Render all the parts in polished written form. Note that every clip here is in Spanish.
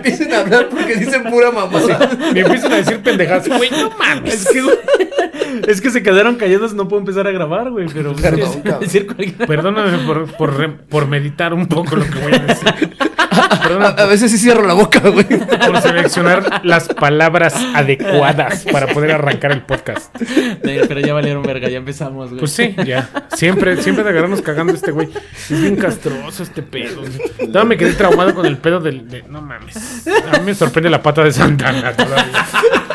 empiecen a hablar porque dicen pura mamada. Me empiezan a decir pendejadas. Güey, no mames. Es que se quedaron callados, no puedo empezar a grabar, güey. Pero Perdón, cabrón. decir cualquier... Perdóname por meditar un poco lo que voy a decir. Perdóname A veces sí cierro la boca, güey. por seleccionar las palabras adecuadas para poder arrancar el podcast. Pero ya valieron verga, ya empezamos, güey. Pues sí, ya. Siempre de agarrarnos cagando este güey. Es bien castroso este pedo. Todavía me quedé traumado con el pedo no mames. A mí me sorprende la pata de Santana todavía.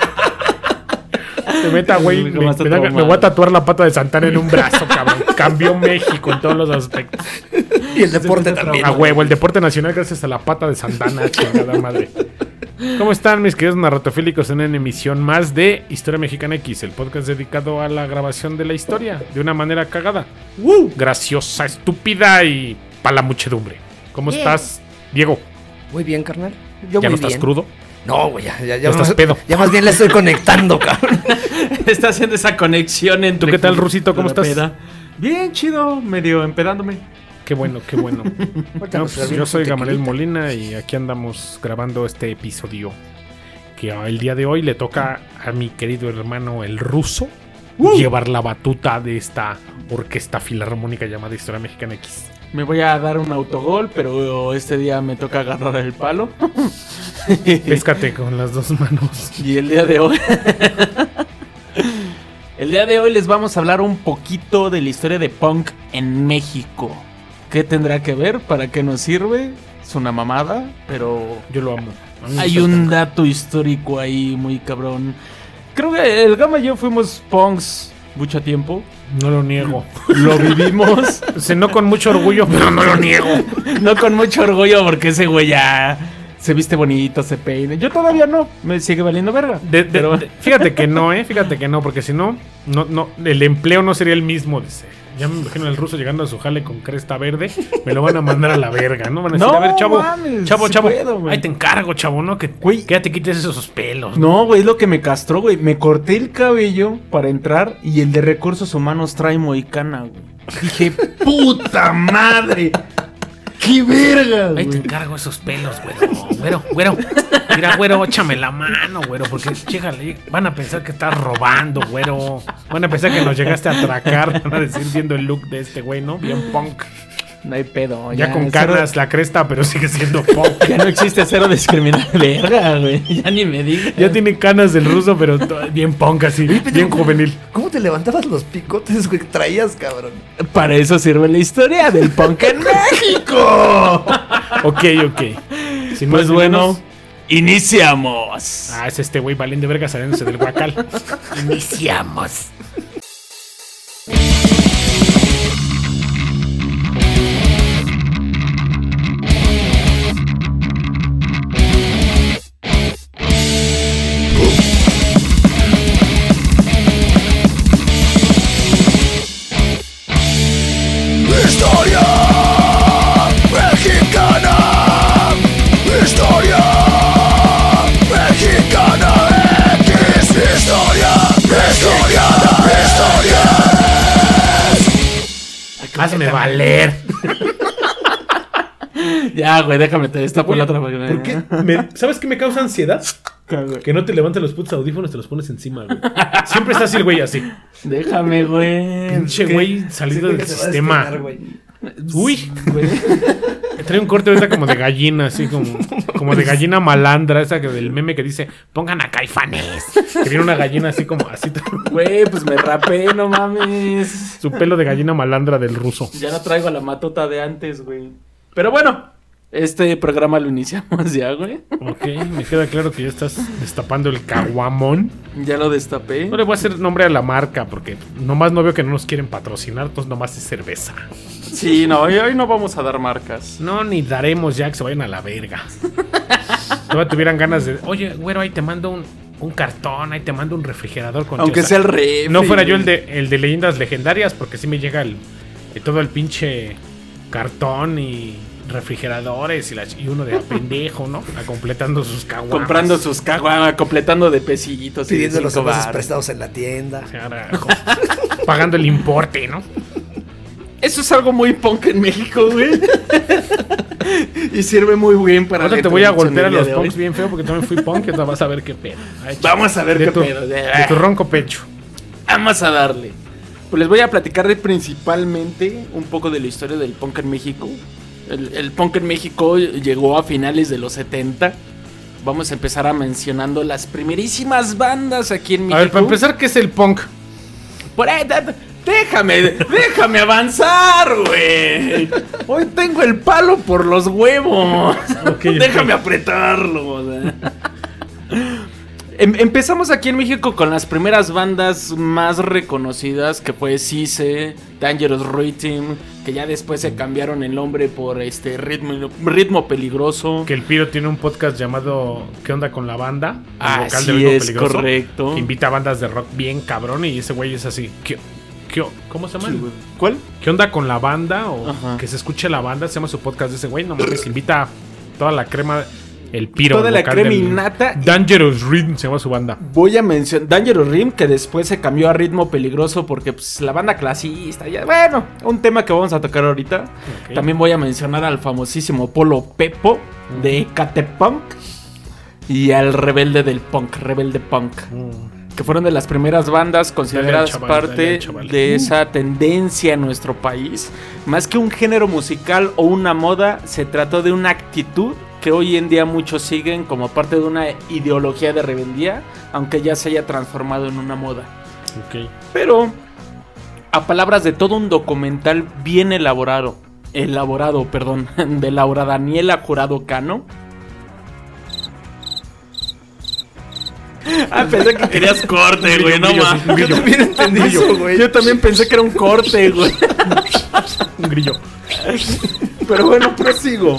Te meta, güey. Me voy a tatuar la pata de Santana en un brazo, cabrón. Cambió México en todos los aspectos. Y el deporte también. A huevo, el deporte nacional gracias a la pata de Santana, chingada madre. ¿Cómo están, mis queridos narratofílicos? En una emisión más de Historia Mexicana X, el podcast dedicado a la grabación de la historia de una manera cagada, graciosa, estúpida y para la muchedumbre. ¿Cómo estás, Diego? Muy bien, carnal. Yo ¿Ya muy no estás bien. crudo? No, güey, ya estás pedo. Ya más bien le estoy conectando, cabrón. Está haciendo esa conexión entre... ¿Tú qué tal, Rusito? ¿Cómo estás? peda. Bien, chido, medio empedándome. Qué bueno, qué bueno. Ahorita No, nos pues, servimos yo soy un Gamaliel tequilita. Molina y aquí andamos grabando este episodio. Que el día de hoy le toca a mi querido hermano el ruso llevar la batuta de esta orquesta filarmónica llamada Historia Mexicana X. Me voy a dar un autogol, pero este día me toca agarrar el palo. Péscate con las dos manos. Y el día de hoy... El día de hoy les vamos a hablar un poquito de la historia de punk en México. ¿Qué tendrá que ver? ¿Para qué nos sirve? Es una mamada, pero... Yo lo amo. A mí me Hay gusta un tanto. dato histórico ahí muy cabrón. Creo que el Gama y yo fuimos punks mucho tiempo. No lo niego. Lo vivimos. O sea, no con mucho orgullo, pero no lo niego. No con mucho orgullo porque ese güey ya se viste bonito, se peina. Yo todavía no, me sigue valiendo verga. Pero Fíjate que no, fíjate que no, porque si no, el empleo no sería el mismo. Dice. Ya me imagino al ruso llegando a su jale con cresta verde. Me lo van a mandar a la verga, ¿no? Van a decir, No, a ver, chavo, mames, chavo, sí chavo. puedo, güey. Ahí te encargo, chavo, ¿no? Que Güey. ya te quites esos pelos. no, güey, es lo que me castró, güey. Me corté el cabello para entrar y el de recursos humanos trae mohicana, güey. Dije, puta madre. ¡Qué verga, Ahí te güey! encargo esos pelos, güero. Mira, güero, échame la mano, güero, porque, chéjale, van a pensar que estás robando, güero. Van a pensar que nos llegaste a atracar. Van a decir viendo el look de este güey, ¿no? Bien punk. No hay pedo. Ya con cero- canas la cresta, pero sigue siendo punk. Ya no existe cero discriminación. Verga, güey. Ya ni me digas. Ya tiene canas del ruso, pero bien punk así, bien juvenil. ¿Cómo te levantabas los picotes, güey, que traías, cabrón? Para eso sirve la historia del punk en México. Ok. Sin Pues más bueno, menos- iniciamos. Ah, es este güey valiente verga saliéndose del guacal. Iniciamos. ¡Historia mexicana! ¡¡Historia mexicana X! ¡Historia Hazme valer. Ya, güey, déjame te destapo la otra página. ¿Por qué? ¿Sabes qué me causa ansiedad? Que no te levantes los putos audífonos, te los pones encima, güey. Siempre está así el güey así. Déjame, güey. Pinche ¿Qué? güey salido del sistema. Uy, Güey. trae un corte ahorita como de gallina, así como de gallina malandra, esa que del meme que dice, pongan a Caifanes. Que viene una gallina así como así. Güey, pues me rapé, no mames. Su pelo de gallina malandra del ruso. Ya no traigo la matota de antes, güey. Pero bueno, este programa lo iniciamos ya, güey. Ok, me queda claro que ya estás destapando el caguamón. Ya lo destapé. No le voy a hacer nombre a la marca porque nomás no veo que no nos quieren patrocinar, entonces nomás es cerveza. Sí, no, hoy no vamos a dar marcas. No, ni daremos ya que se vayan a la verga. No tuvieran ganas de, oye, güero, ahí te mando un cartón, ahí te mando un refrigerador con Aunque sea el refri. No fuera yo el de leyendas legendarias, porque sí me llega todo el pinche cartón y refrigeradores y uno de a pendejo, ¿no? A completando sus caguamas. Comprando sus caguamas, completando de pesitos. y de Pidiendo los 5 envases varos. prestados en la tienda. Carajo. Pagando el importe, ¿no? Eso es algo muy punk en México, güey. Y sirve muy bien para... Ahora la te voy a introducción golpear a del día los de hoy. punks bien feo porque también fui punk. Y vas a ver qué pedo. Ay, Vamos a ver de qué tu, pedo. de tu ronco pecho. Vamos a darle. Pues les voy a platicar principalmente un poco de la historia del punk en México. El punk en México llegó a finales de los 70. Vamos a empezar a mencionando las primerísimas bandas aquí en México. A ver, para empezar, ¿qué es el punk? Por ahí, déjame avanzar, güey. Hoy tengo el palo por los huevos. Okay, Déjame apretarlo. O sea. Empezamos aquí en México con las primeras bandas más reconocidas, que fue Cise, Dangerous Rhythm, que ya después se cambiaron el nombre por Ritmo Peligroso. Que el Piro tiene un podcast llamado ¿Qué onda con la banda? El vocal de Así Ritmo es, Peligroso, correcto. que invita a bandas de rock bien cabrón y ese güey es así. ¿Cómo se llama? ¿Cuál? ¿Qué onda con la banda? O Ajá. que se escuche la banda, se llama su podcast de ese güey. No mames, invita a toda la crema, el Piro. Toda el la vocal crema del innata. Dangerous Rhythm se llama su banda. Voy a mencionar Dangerous Rhythm, que después se cambió a Ritmo Peligroso porque pues, la banda clasista. Ya, bueno, un tema que vamos a tocar ahorita. Okay. También voy a mencionar al famosísimo Polo Pepo de Catepunk y al Rebelde del Punk, Rebelde Punk. Que fueron de las primeras bandas consideradas Dale al parte chaval. de esa tendencia en nuestro país. Más que un género musical o una moda, se trató de una actitud que hoy en día muchos siguen como parte de una ideología de rebeldía, aunque ya se haya transformado en una moda. Ok. Pero, a palabras de todo un documental bien elaborado, de Laura Daniela Jurado Cano. Pensé que querías corte, güey, no mames. Un grillo. Yo también entendí eso, güey. Yo también pensé que era un corte, güey. Un grillo. Pero bueno, prosigo.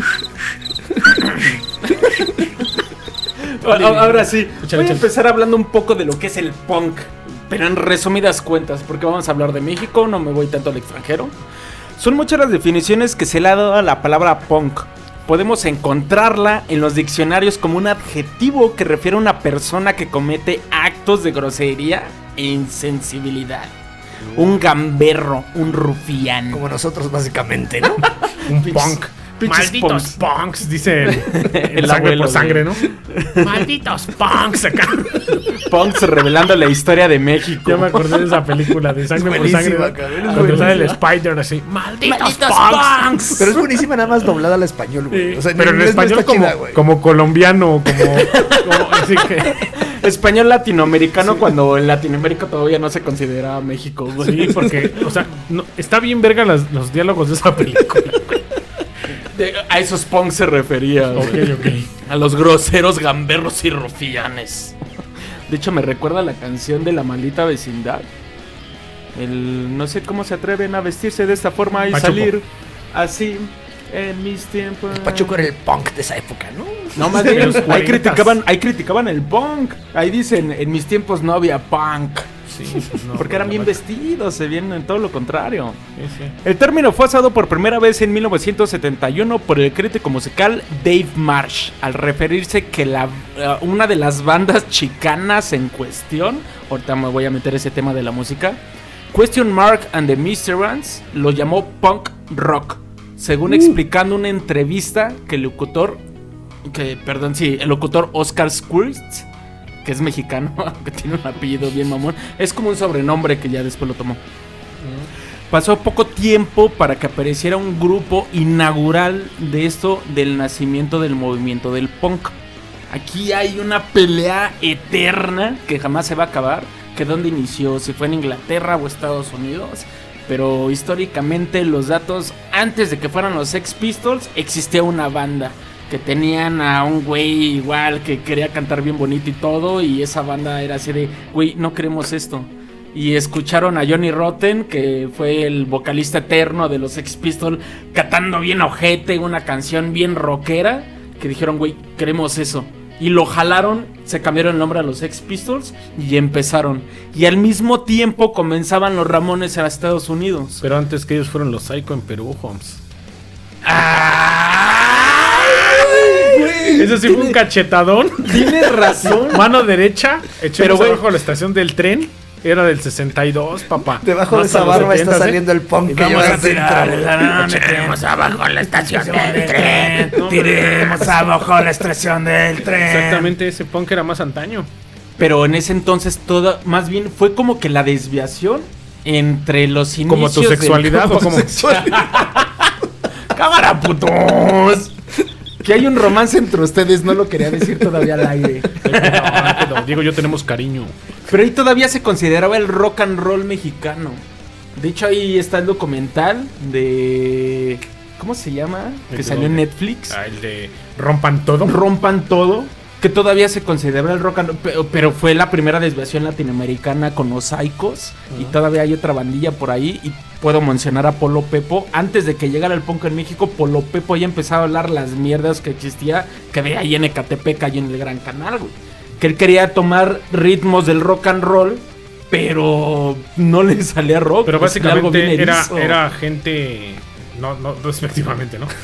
Ahora sí, voy a empezar hablando un poco de lo que es el punk, pero en resumidas cuentas, porque vamos a hablar de México, no me voy tanto al extranjero. Son muchas las definiciones que se le ha dado a la palabra punk. Podemos encontrarla en los diccionarios como un adjetivo que refiere a una persona que comete actos de grosería e insensibilidad. Un gamberro, un rufián. Como nosotros, básicamente, ¿no? Un punk. Pinches Malditos punks, dice el El sangre abuelo, por sangre, ¿no? Malditos punks acá. Punks revelando la historia de México. Ya me acordé de esa película de sangre por sangre. buenísima, cabrón, es Donde sale el buenísima. Spider así. Malditos punks. Pero es buenísima nada más doblada al español, güey. O sea, pero en inglés no español está chida, güey. como colombiano, como así que Español latinoamericano cuando en Latinoamérica todavía no se considera México, güey. sí, porque, o sea, no, está bien verga los diálogos de esa película. A esos punks se refería, güey. Ok. A los groseros gamberros y rufianes. De hecho, me recuerda la canción de La Maldita Vecindad. No sé cómo se atreven a vestirse de esta forma y Pachuco. salir así en mis tiempos. Pachuco era el punk de esa época, ¿no? No, más bien, Los ahí 40s. criticaban el punk. Ahí dicen, en mis tiempos no había punk. Sí, pues no, Porque eran bien vale. vestidos, se vienen en todo lo contrario. Sí. El término fue usado por primera vez en 1971 por el crítico musical Dave Marsh, al referirse que una de las bandas chicanas en cuestión, ahorita me voy a meter ese tema de la música, Question Mark and the Mysterans, lo llamó punk rock, según explicando una entrevista que el locutor Oscar Squirts, que es mexicano, que tiene un apellido bien mamón, es como un sobrenombre que ya después lo tomó. Pasó poco tiempo para que apareciera un grupo inaugural de esto del nacimiento del movimiento del punk. Aquí hay una pelea eterna que jamás se va a acabar, que dónde inició, si fue en Inglaterra o Estados Unidos. Pero históricamente los datos, antes de que fueran los Sex Pistols, existía una banda que tenían a un güey igual que quería cantar bien bonito y todo, y esa banda era así de, güey, no queremos esto. Y escucharon a Johnny Rotten, que fue el vocalista eterno de los Sex Pistols, cantando bien ojete, una canción bien rockera, que dijeron, güey, queremos eso. Y lo jalaron, se cambiaron el nombre a los Sex Pistols y empezaron. Y al mismo tiempo comenzaban los Ramones en Estados Unidos. Pero antes que ellos fueron los Psycho en Perú, Holmes. Eso sí fue un cachetadón. Tienes razón. Mano derecha, echó Pero, güey, abajo a la estación del tren. era del 62, papá. Debajo No de esa hasta los barba está 70s, ¿eh? saliendo el punk que Vamos a llevas tirar dentro. la Tiremos abajo la estación del tren. Tiremos abajo la estación del tren. Exactamente, ese punk era más antaño. Pero en ese entonces todo, más bien fue como que la desviación entre los inicios ¿Como tu sexualidad o como? ¡Cámara, putos! Que hay un romance entre ustedes, no lo quería decir todavía al aire. No, Diego y yo tenemos cariño. Pero ahí todavía se consideraba el rock and roll mexicano. De hecho, ahí está el documental de... ¿Cómo se llama? ¿El Que de salió en dónde? Netflix. El de Rompan Todo. Rompan todo. Que todavía se considera el rock and roll. Pero fue la primera desviación latinoamericana con los Psychos. Y todavía hay otra bandilla por ahí. Y puedo mencionar a Polo Pepo. Antes de que llegara el punk en México, Polo Pepo ya empezaba a hablar las mierdas que existía. Que ve ahí en Ecatepec, ahí en el Gran Canal, güey. Que él quería tomar ritmos del rock and roll, pero no le salía rock. Pero pues, algo bien básicamente erizo. era gente. No, despectivamente, ¿no?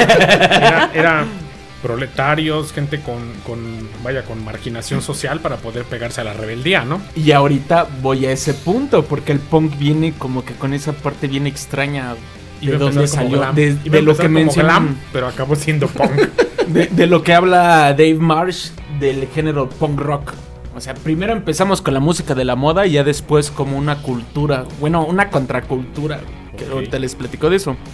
era proletarios, gente con marginación social para poder pegarse a la rebeldía, ¿no? Y ahorita voy a ese punto, porque el punk viene como que con esa parte bien extraña Iba de a dónde empezar como salió, glam. de Iba a lo que empezar como mencionan, glam, pero acabó siendo punk. de lo que habla Dave Marsh del género punk rock. O sea, primero empezamos con la música de la moda y ya después como una cultura, bueno, una contracultura, que Ok. ahorita les platico de eso.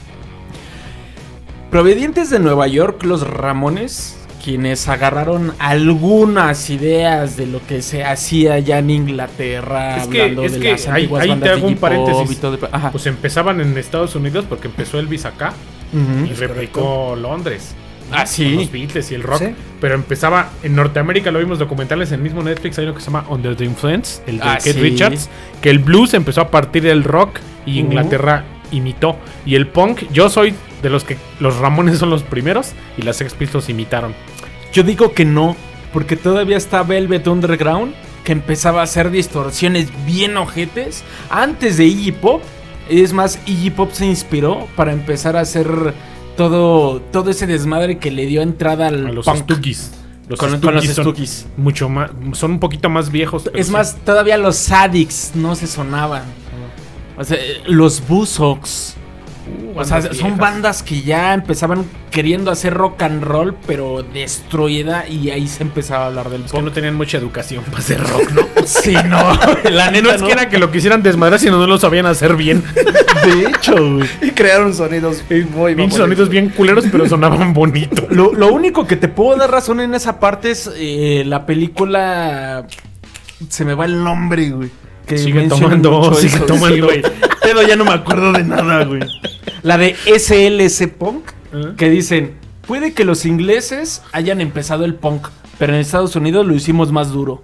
Provenientes de Nueva York, los Ramones, quienes agarraron algunas ideas de lo que se hacía allá en Inglaterra, hablando de las antiguas ahí te bandas hago de un hip hop paréntesis. y todo. Ajá. Pues empezaban en Estados Unidos porque empezó Elvis acá y replicó Londres. Ah, Con sí. los Beatles y el rock. Sí. Pero empezaba en Norteamérica, lo vimos documentales en el mismo Netflix. Hay uno que se llama Under the Influence, el de Keith Sí. Richards. Que el blues empezó a partir del rock y Inglaterra imitó. Y el punk, yo soy de los que los Ramones son los primeros y las Sex Pistols imitaron. Yo digo que no, porque todavía está Velvet Underground, que empezaba a hacer distorsiones bien ojetes antes de Iggy Pop. Es más, Iggy Pop se inspiró para empezar a hacer todo ese desmadre que le dio entrada al A los punk. Stooges. Con los Stooges son Stooges. mucho más, son un poquito más viejos. pero Es sí. más, todavía los Sadics no se sonaban. O sea, los Buzzcocks. O sea, bandas son viejas. bandas que ya empezaban queriendo hacer rock and roll, pero destruida, y ahí se empezaba a hablar del Es que punk. no tenían mucha educación para hacer rock, ¿no? Sí, no, la neta No es que era que lo quisieran desmadrar, sino no lo sabían hacer bien. De hecho, güey. Y crearon sonidos muy Pinches mamones. sonidos bien culeros, pero sonaban bonito. Lo único que te puedo dar razón en esa parte es la película. Se me va el nombre, güey. Que Sigue menciona tomando, mucho sigue eso. tomando. Sí, güey. Pero ya no me acuerdo de nada, güey. La de SLC Punk, que dicen: puede que los ingleses hayan empezado el punk, pero en Estados Unidos lo hicimos más duro.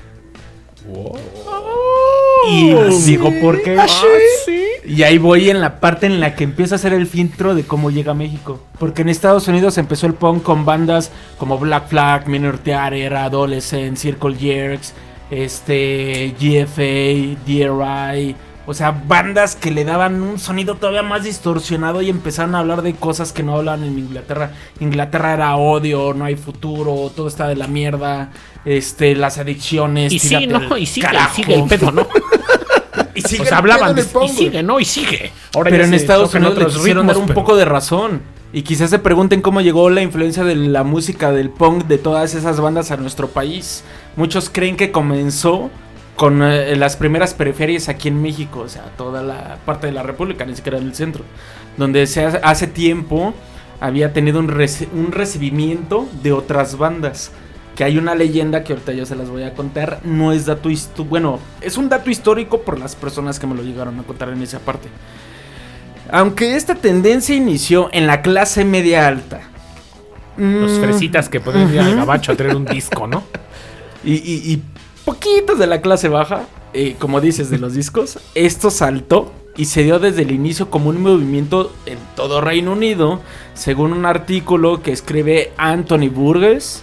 Y digo, ¿por qué? Y ahí voy en la parte en la que empieza a hacer el filtro de cómo llega a México. Porque en Estados Unidos empezó el punk con bandas como Black Flag, Minor Theater, Adolescent, Circle Jerks, GFA, DRI. O sea, bandas que le daban un sonido todavía más distorsionado y empezaron a hablar de cosas que no hablaban en Inglaterra. Inglaterra era odio, no hay futuro, todo está de la mierda, las adicciones. Y sigue, tírate ¿no? al Y sigue, carajo. sigue el pedo, ¿no? Y sigue O sea, el hablaban pedo de- del punk, Y sigue, ¿no? Y sigue. Ahora pero ya en se Estados tocan Unidos le otros quisieron ritmos, dar un pero- poco de razón. Y quizás se pregunten cómo llegó la influencia de la música del punk de todas esas bandas a nuestro país. Muchos creen que comenzó con las primeras periferias aquí en México, o sea, toda la parte de la República, ni siquiera en el centro, donde hace tiempo había tenido un recibimiento de otras bandas. Que hay una leyenda que ahorita yo se las voy a contar. No es dato histórico. Bueno, es un dato histórico por las personas que me lo llegaron a contar en esa parte. Aunque esta tendencia inició en la clase media alta. Los fresitas que pueden ir al gabacho a traer un disco, ¿no? Y poquitos de la clase baja, como dices, de los discos. Esto saltó y se dio desde el inicio como un movimiento en todo Reino Unido, según un artículo que escribe Anthony Burgess.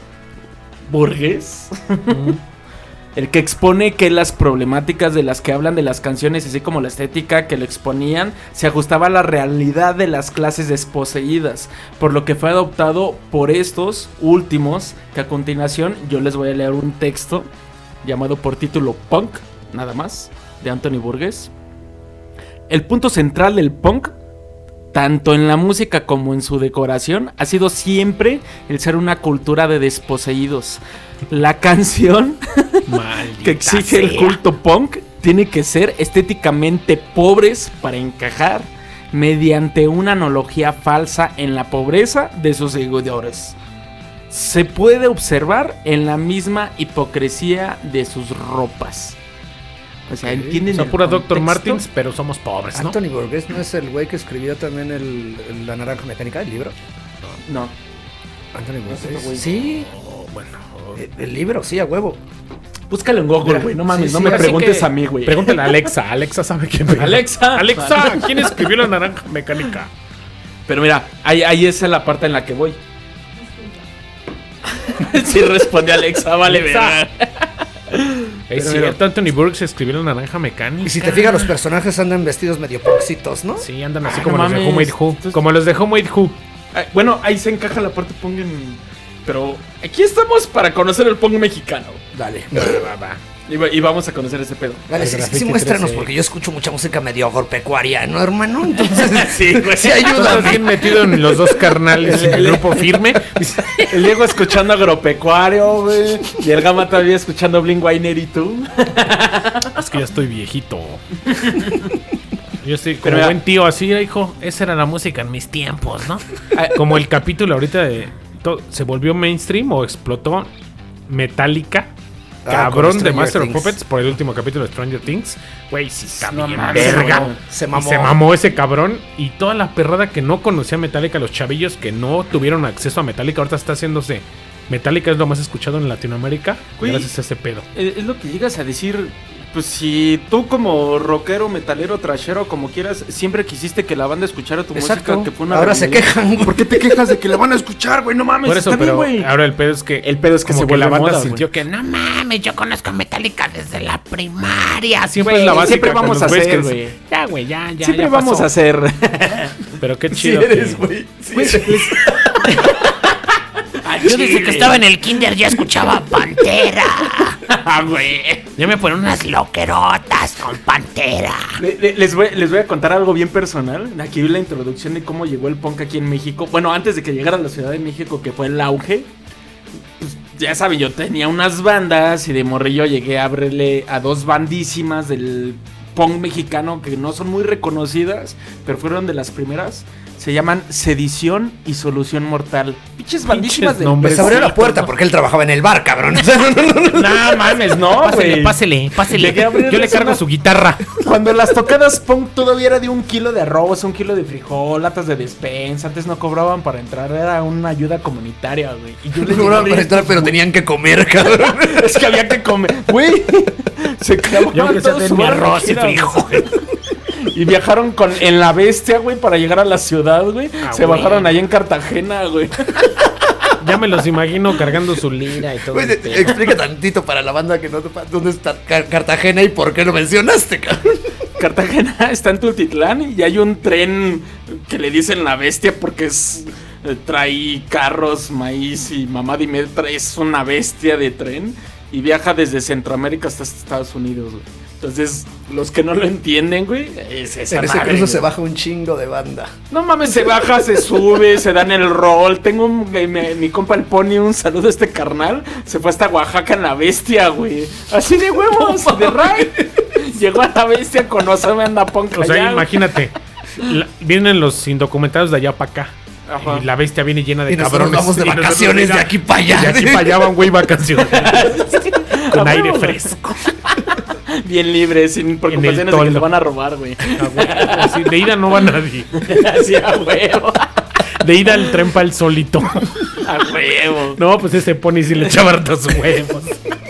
El que expone que las problemáticas de las que hablan de las canciones, así como la estética que le exponían, se ajustaba a la realidad de las clases desposeídas, por lo que fue adoptado por estos últimos, que a continuación yo les voy a leer un texto llamado por título Punk, nada más. de Anthony Burgess. El punto central del punk, tanto en la música como en su decoración, ha sido siempre el ser una cultura de desposeídos. La canción que exige el culto punk tiene que ser estéticamente pobres para encajar mediante una analogía falsa en la pobreza de sus seguidores. Se puede observar en la misma hipocresía de sus ropas. O sea, ¿entienden? O sea, el pura contexto? Dr. Martens, pero somos pobres, ¿no? Anthony Burgess no es el güey que escribió también La Naranja Mecánica, el libro. No. Anthony No sé, Burgess. güey. Sí, Bueno, el libro, sí, a huevo. Búscalo en Google, Mira, güey. No mames, sí, no sí, me así preguntes que- a mí, güey. pregúntale a Alexa. Alexa sabe quién es. Alexa. Alexa, ¿quién escribió La Naranja Mecánica? Pero mira, ahí esa es la parte en la que voy. Sí responde Alexa, vale, Alexa. verga. Es Pero cierto, Anthony Burgess escribió La Naranja Mecánica. Y si te fijas, los personajes andan vestidos medio poxitos, ¿no? Sí, andan así Ah, como no los de mames. Homemade Who. Entonces- Como los de Homemade Who. Bueno, ahí se encaja la parte punk Pero aquí estamos para conocer el punk mexicano. Dale. Y vamos a conocer ese pedo. Dale, El sí, graffiti muéstranos, 13. porque yo escucho mucha música medio agropecuaria, ¿no, hermano? Entonces, Sí, güey. sí, ayúdame. Estás bien metido en los dos carnales en el grupo firme. El Diego escuchando agropecuario, güey. Y el Gama todavía escuchando Blink-182. Es que ya estoy viejito. Yo estoy como Pero mira- buen tío, así, hijo. Esa era la música en mis tiempos, ¿no? Como el capítulo ahorita de... ¿Se volvió mainstream o explotó Metallica? Cabrón con de Stranger Master of Things. Puppets por el último capítulo de Stranger Things. Güey, sí está No bien mames, verga. no. Se Y mamó. se mamó ese cabrón. Y toda la perrada que no conocía Metallica, los chavillos que no tuvieron acceso a Metallica, ahorita está haciéndose. Metallica es lo más escuchado en Latinoamérica. Güey. Gracias a ese pedo. Es lo que llegas a decir. Pues si tú como rockero, metalero, trashero, como quieras, siempre quisiste que la banda escuchara tu Exacto. música, que fue una Ahora se rebelión. quejan, güey. ¿Por qué te quejas de que la van a escuchar, güey? No mames, Por eso, está bien, pero güey. ahora el pedo es que... El pedo es que como se que la vuelve banda moda, sintió güey. que no Mames, yo conozco a Metallica desde la primaria. siempre Güey, es la básica. siempre con vamos los a güeyes hacer, que- güey. Ya, güey, ya. Siempre ya vamos pasó. a hacer. Pero qué Sí chido. eres, que- güey. Sí Güey, eres. Yo desde que estaba en el kinder ya escuchaba Pantera. Ah, güey. Yo me ponía unas loquerotas con Pantera. Les voy a contar algo bien personal. Aquí vi la introducción de cómo llegó el punk aquí en México. Bueno, antes de que llegara a la Ciudad de México, que fue el auge. Pues, ya saben, yo tenía unas bandas y de morrillo llegué a abrirle a dos bandísimas del punk mexicano que no son muy reconocidas, pero fueron de las primeras. Se llaman Sedición y Solución Mortal. Pinches bandísimas de nombres. Les abrió la puerta porque él trabajaba en el bar, cabrón. O sea, No mames, no, güey. Pásele. Llegué a abrirles Yo le cargo una- su guitarra. Cuando las tocadas punk todavía era de 1 kilo de arroz, 1 kilo de frijol, latas de despensa. Antes no cobraban para entrar, era una ayuda comunitaria, güey. Y yo les cobraban llegué a para entrar, abrir- pero tenían que comer, cabrón. Es que había que comer, güey. Se clavaban Yo que sea todo de su mi barra arroz y gira, güey. frijol. Y viajaron en la bestia, güey, para llegar a la ciudad, güey. Ah, Se güey. bajaron allá en Cartagena, güey. Ya me los imagino cargando su lira y todo. Güey, el pedo. explica tantito para la banda que no sepa dónde está Cartagena y por qué lo mencionaste, cabrón. Cartagena está en Tultitlán y hay un tren que le dicen la bestia porque trae carros, maíz y mamá dime, es una bestia de tren y viaja desde Centroamérica hasta Estados Unidos, güey. Entonces, los que no lo entienden, güey, es esa En ese madre, cruzo güey. se baja un chingo de banda. No mames, se baja, se sube, se dan el rol. Tengo mi compa el Pony, un saludo a este carnal. Se fue hasta Oaxaca en la bestia, güey. Así de huevos, de Ray. Llegó a la bestia, conocerme anda punk O sea, allá, güey. imagínate. Vienen los indocumentados de allá para acá. Ajá. Y la bestia viene llena de Y nosotros cabrones. vamos de Y nosotros, vacaciones de mira, aquí para allá. De aquí para allá van, güey, vacaciones. Con A aire huevo, güey. fresco. Bien libre, sin preocupaciones de que toldo. nos van a robar, güey. A huevo, así, de ida no va nadie. Así a huevo. De ida el tren para el solito. A huevo. No, pues ese Pony sí le echaba hartos huevos.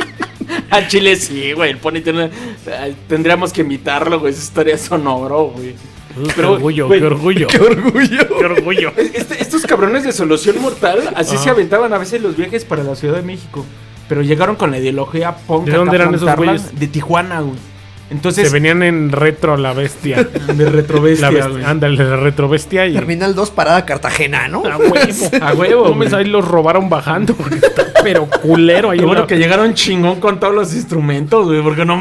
Al Chile sí, güey. El Pony tendríamos que invitarlo, güey. Esa historia sonoro, güey. Qué Pero, orgullo, güey, qué orgullo. ¡Qué orgullo! Qué orgullo. Estos cabrones de Solución Mortal así Ajá. se aventaban a veces los viajes para la Ciudad de México. Pero llegaron con la ideología punk. ¿De dónde acá a eran esos plantarla, güeyes? De Tijuana, güey. Se Entonces, venían en retro a la bestia. de retrovestia, La güey. ándale, la retrovestia y. Terminal 2, parada Cartagena, ¿no? A huevo. A huevo, No me güey. ahí los robaron bajando. Porque está pero culero ahí. Qué en bueno la- que llegaron chingón con todos los instrumentos, güey. Porque no mames.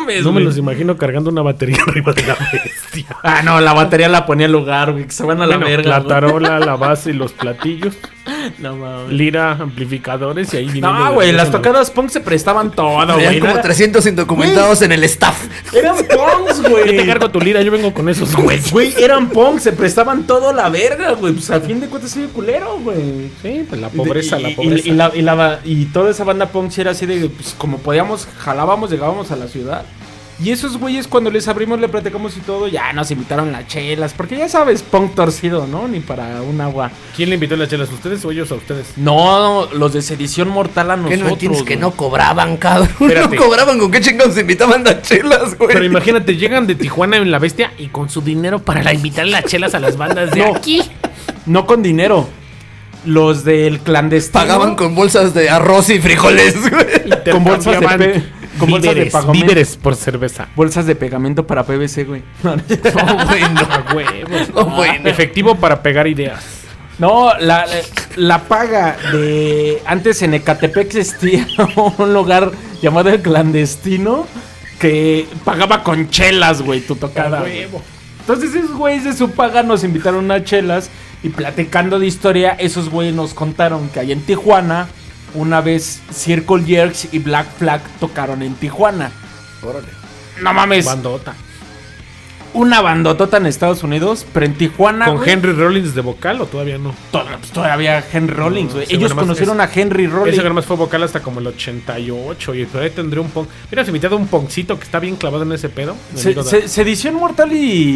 mames, No me güey. los imagino cargando una batería arriba de la bestia. Ah, no, la batería la ponía al lugar, güey. Que se van a la Bueno, verga. la güey. tarola, la base y los platillos. No mames. Lira, amplificadores y ahí viniendo No, de güey, regreso las en la- tocadas punk se prestaban todo, Tenían güey. como Era- 300 indocumentados en el staff. Eran punks, güey. Yo te cargo tu lira, yo vengo con esos güeyes. Güey, eran punks, se prestaban todo a la verga, güey. Pues al fin de cuentas soy culero, güey. Sí, pues la pobreza, Y- la y- pobreza. y toda esa banda punk sí era así de, pues como podíamos, jalábamos, llegábamos a la ciudad. Y esos güeyes cuando les abrimos, le platicamos y todo, ya nos invitaron las chelas. Porque ya sabes, punk torcido, ¿no? Ni para un agua. ¿Quién le invitó las chelas? ¿Ustedes o ellos a ustedes? No, los de Sedición Mortal a ¿Qué nosotros. no entiendes que güey. no cobraban, cabrón? Espérate. No cobraban, ¿con qué chingados invitaban las chelas, güey? Pero imagínate, llegan de Tijuana en la bestia y con su dinero para invitar las chelas a las bandas de No. aquí. No con dinero. Los del clandestino. Pagaban con bolsas de arroz y frijoles, güey. con bolsas de con bolsas de víveres, pagamento. víveres por cerveza. Bolsas de pegamento para PVC, güey. No, güey, no. A huevos. No, bueno. Efectivo para pegar ideas. No, la paga de... Antes en Ecatepec existía un lugar llamado El Clandestino que pagaba con chelas, güey, tu tocada. güey. Entonces esos güeyes de su paga nos invitaron a chelas y platicando de historia, esos güeyes nos contaron que ahí en Tijuana, una vez Circle Jerks y Black Flag tocaron en Tijuana. Órale. No mames, Bandota. una bandotota en Estados Unidos, pero en Tijuana, ¿Con güey, Henry Rollins de vocal o todavía no? pues, todavía Henry Rollins, güey. ese Ellos güey nomás conocieron a Henry Rollins. Ese nada más fue vocal hasta como el 88 y todavía tendría un punk. Mira, se invitado un punkcito que está bien clavado en ese pedo. Mi amigo Dan. Sedición Mortal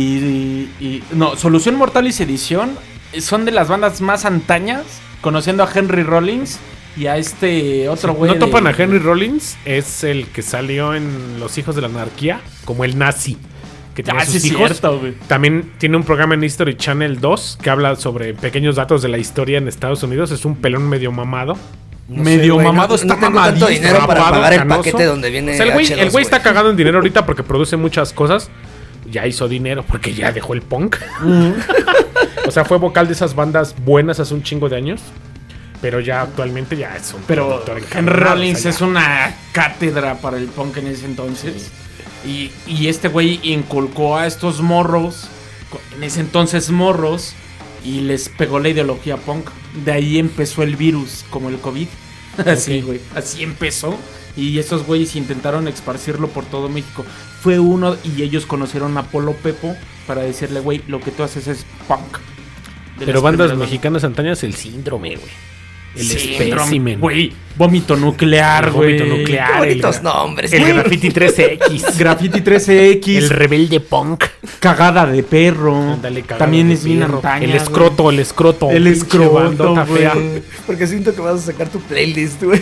no, Solución Mortal y Sedición son de las bandas más antañas, conociendo a Henry Rollins y a este otro güey. ¿No topan a Henry Rollins? Es el que salió en Los Hijos de la Anarquía, como el nazi. Que tiene Ah, sus sí, es hijos. cierto, güey. También tiene un programa en History Channel 2 que habla sobre pequeños datos de la historia en Estados Unidos. Es un pelón medio mamado. Medio güey, mamado, no está tengo tanto mamadísimo, dinero para rapado, pagar el canoso. paquete donde viene O sea, el güey H2, está cagado en dinero ahorita porque produce muchas cosas. Ya hizo dinero porque ya dejó el punk. O sea, fue vocal de esas bandas buenas hace un chingo de años. Pero ya actualmente ya es un Pero productor Henry encabronado, Rollins o sea, es una cátedra para el punk en ese entonces. Y este güey inculcó a estos morros, en ese entonces morros, y les pegó la ideología punk. De ahí empezó el virus, como el COVID. Así, güey. Así empezó. Y esos güeyes intentaron esparcirlo por todo México. Fue uno, y ellos conocieron a Polo Pepo para decirle, güey, lo que tú haces es punk. De Pero las bandas primeras mexicanas antañas, el síndrome, güey. El Síndrome, espécimen. güey. Vómito nuclear, El güey. vómito nuclear. Qué bonitos nombres, El güey. Graffiti 13X. Graffiti 13X. El rebelde punk. Cagada de perro. Ándale, cagada También de es bien perro. antaña, El güey. escroto, el escroto. El Pinche escroto, bandota güey. fea. Porque siento que vas a sacar tu playlist, güey.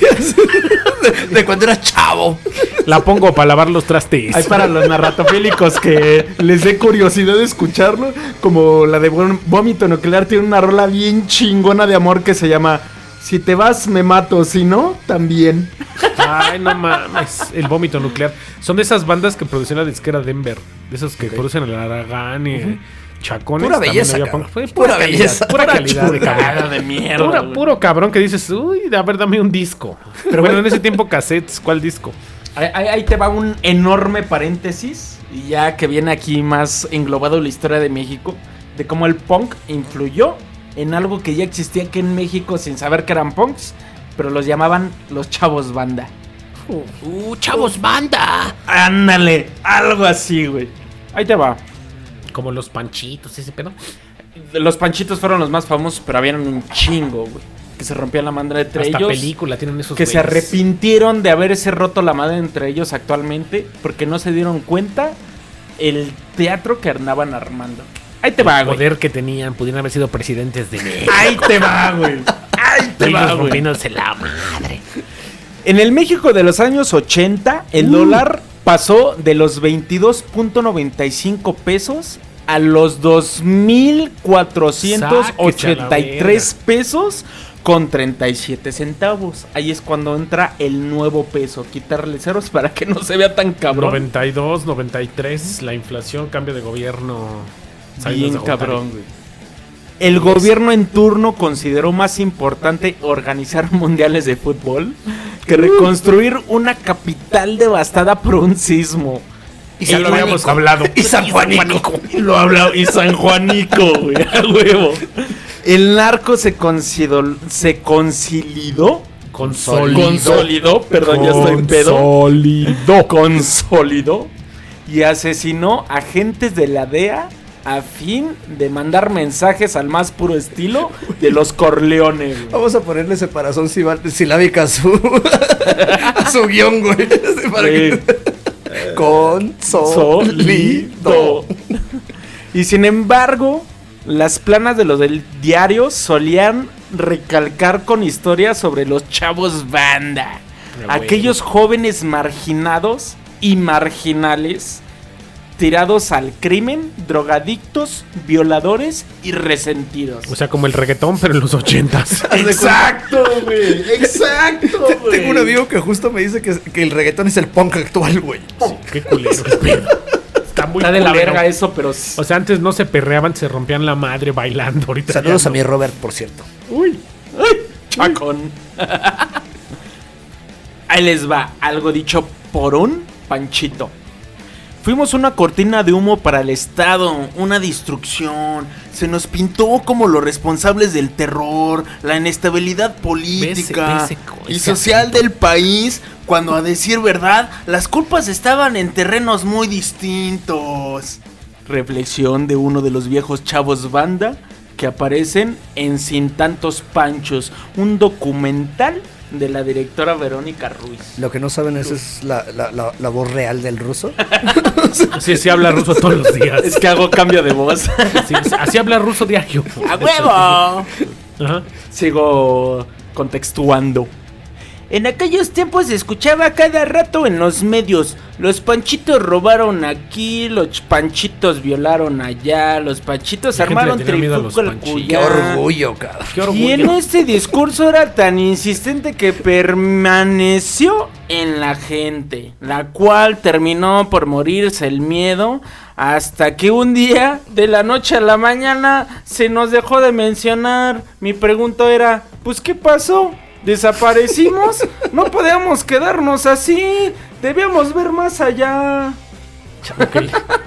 De cuando eras chavo. La pongo para lavar los trastes. Hay para los narratofílicos que les dé curiosidad de escucharlo. Como la de Vómito Nuclear tiene una rola bien chingona de amor que se llama Si te vas me mato, si no, también. Ay, no mames. El vómito nuclear. Son de esas bandas que producen la disquera Denver. De esos que producen el Aragán y Chacones. Pura también belleza, había cabrón. punk. Fue Pura calidad, belleza. Pura Pura calidad de Cagada cabrón. de mierda. güey. Puro cabrón que dices, uy, a ver, dame un disco. Pero bueno, en ese tiempo cassettes, ¿cuál disco? Ahí te va un enorme paréntesis. Y ya que viene aquí más englobado la historia de México. De cómo el punk influyó en algo que ya existía aquí en México sin saber que eran punks. Pero los llamaban los chavos banda. Chavos, banda. Ándale, algo así, güey. Ahí te va. Como los panchitos, ese pedo. Los panchitos fueron los más famosos, pero habían un chingo, güey. Que se rompían la madre entre Hasta ellos. película tienen esos Que se güeyes. arrepintieron de haberse roto la madre entre ellos actualmente. Porque no se dieron cuenta el teatro que andaban armando. Ahí te va, El güey. poder que tenían, pudieron haber sido presidentes de México. Ahí te va, güey. Ahí te va, Ellos güey. rompiéndose la madre. En el México de los años 80, el dólar pasó de los 22.95 pesos a los 2.483 pesos con 37 centavos. Ahí es cuando entra el nuevo peso. Quitarle ceros para que no se vea tan cabrón. 92, 93, la inflación, cambio de gobierno. Salidas Bien de Gortari. cabrón, güey. El gobierno en turno consideró más importante organizar mundiales de fútbol que reconstruir una capital devastada por un sismo. Y Ya lo habíamos hablado. Y San Juanico. Lo hablado. Y San Juanico, güey. A huevo. El narco se consolidó. Consolidó. Perdón, ya estoy en pedo. Consolidó. Y asesinó agentes de la DEA a fin de mandar mensajes al más puro estilo de los Corleones, güey. Vamos a ponerle separación silábica a su guión, güey. Para que... Consolidó. Y sin embargo, las planas de los del diario solían recalcar con historias sobre los chavos banda. Aquellos jóvenes marginados y marginales tirados al crimen, drogadictos, violadores y resentidos. O sea, como el reggaetón, pero en los 80s. Exacto, güey. Exacto, güey. Tengo un amigo que justo me dice que el reggaetón es el punk actual, güey. Sí, qué culero, qué pedo. Está muy Está de la culero. verga eso, pero... O sea, antes no se perreaban, se rompían la madre bailando. Ahorita Saludos ya a no. mi Robert, por cierto. Uy. Chacón. Ahí les va algo dicho por un Panchito. Fuimos una cortina de humo para el Estado, una destrucción. Se nos pintó como los responsables del terror, la inestabilidad política y social del país, cuando a decir verdad, las culpas estaban en terrenos muy distintos. Reflexión de uno de los viejos chavos banda que aparecen en Sin Tantos Panchos, un documental de la directora Verónica Ruiz. Lo que no saben es la voz real del ruso. Sí, sí habla ruso todos los días. Es que hago cambio de voz. Sí, así habla ruso diario. ¡A huevo! Ajá. Sigo contextuando. En aquellos tiempos se escuchaba cada rato en los medios: los panchitos robaron aquí, los panchitos violaron allá, los panchitos La gente armaron le tenía miedo a los trifulco al panchitos. Qué cuyá. orgullo, cara. Qué Y en orgullo. este discurso era tan insistente que permaneció en la gente, la cual terminó por morirse el miedo, hasta que un día, de la noche a la mañana, se nos dejó de mencionar. Mi pregunta era, pues ¿qué pasó? ¿Desaparecimos? No podíamos quedarnos así, debíamos ver más allá. Ok.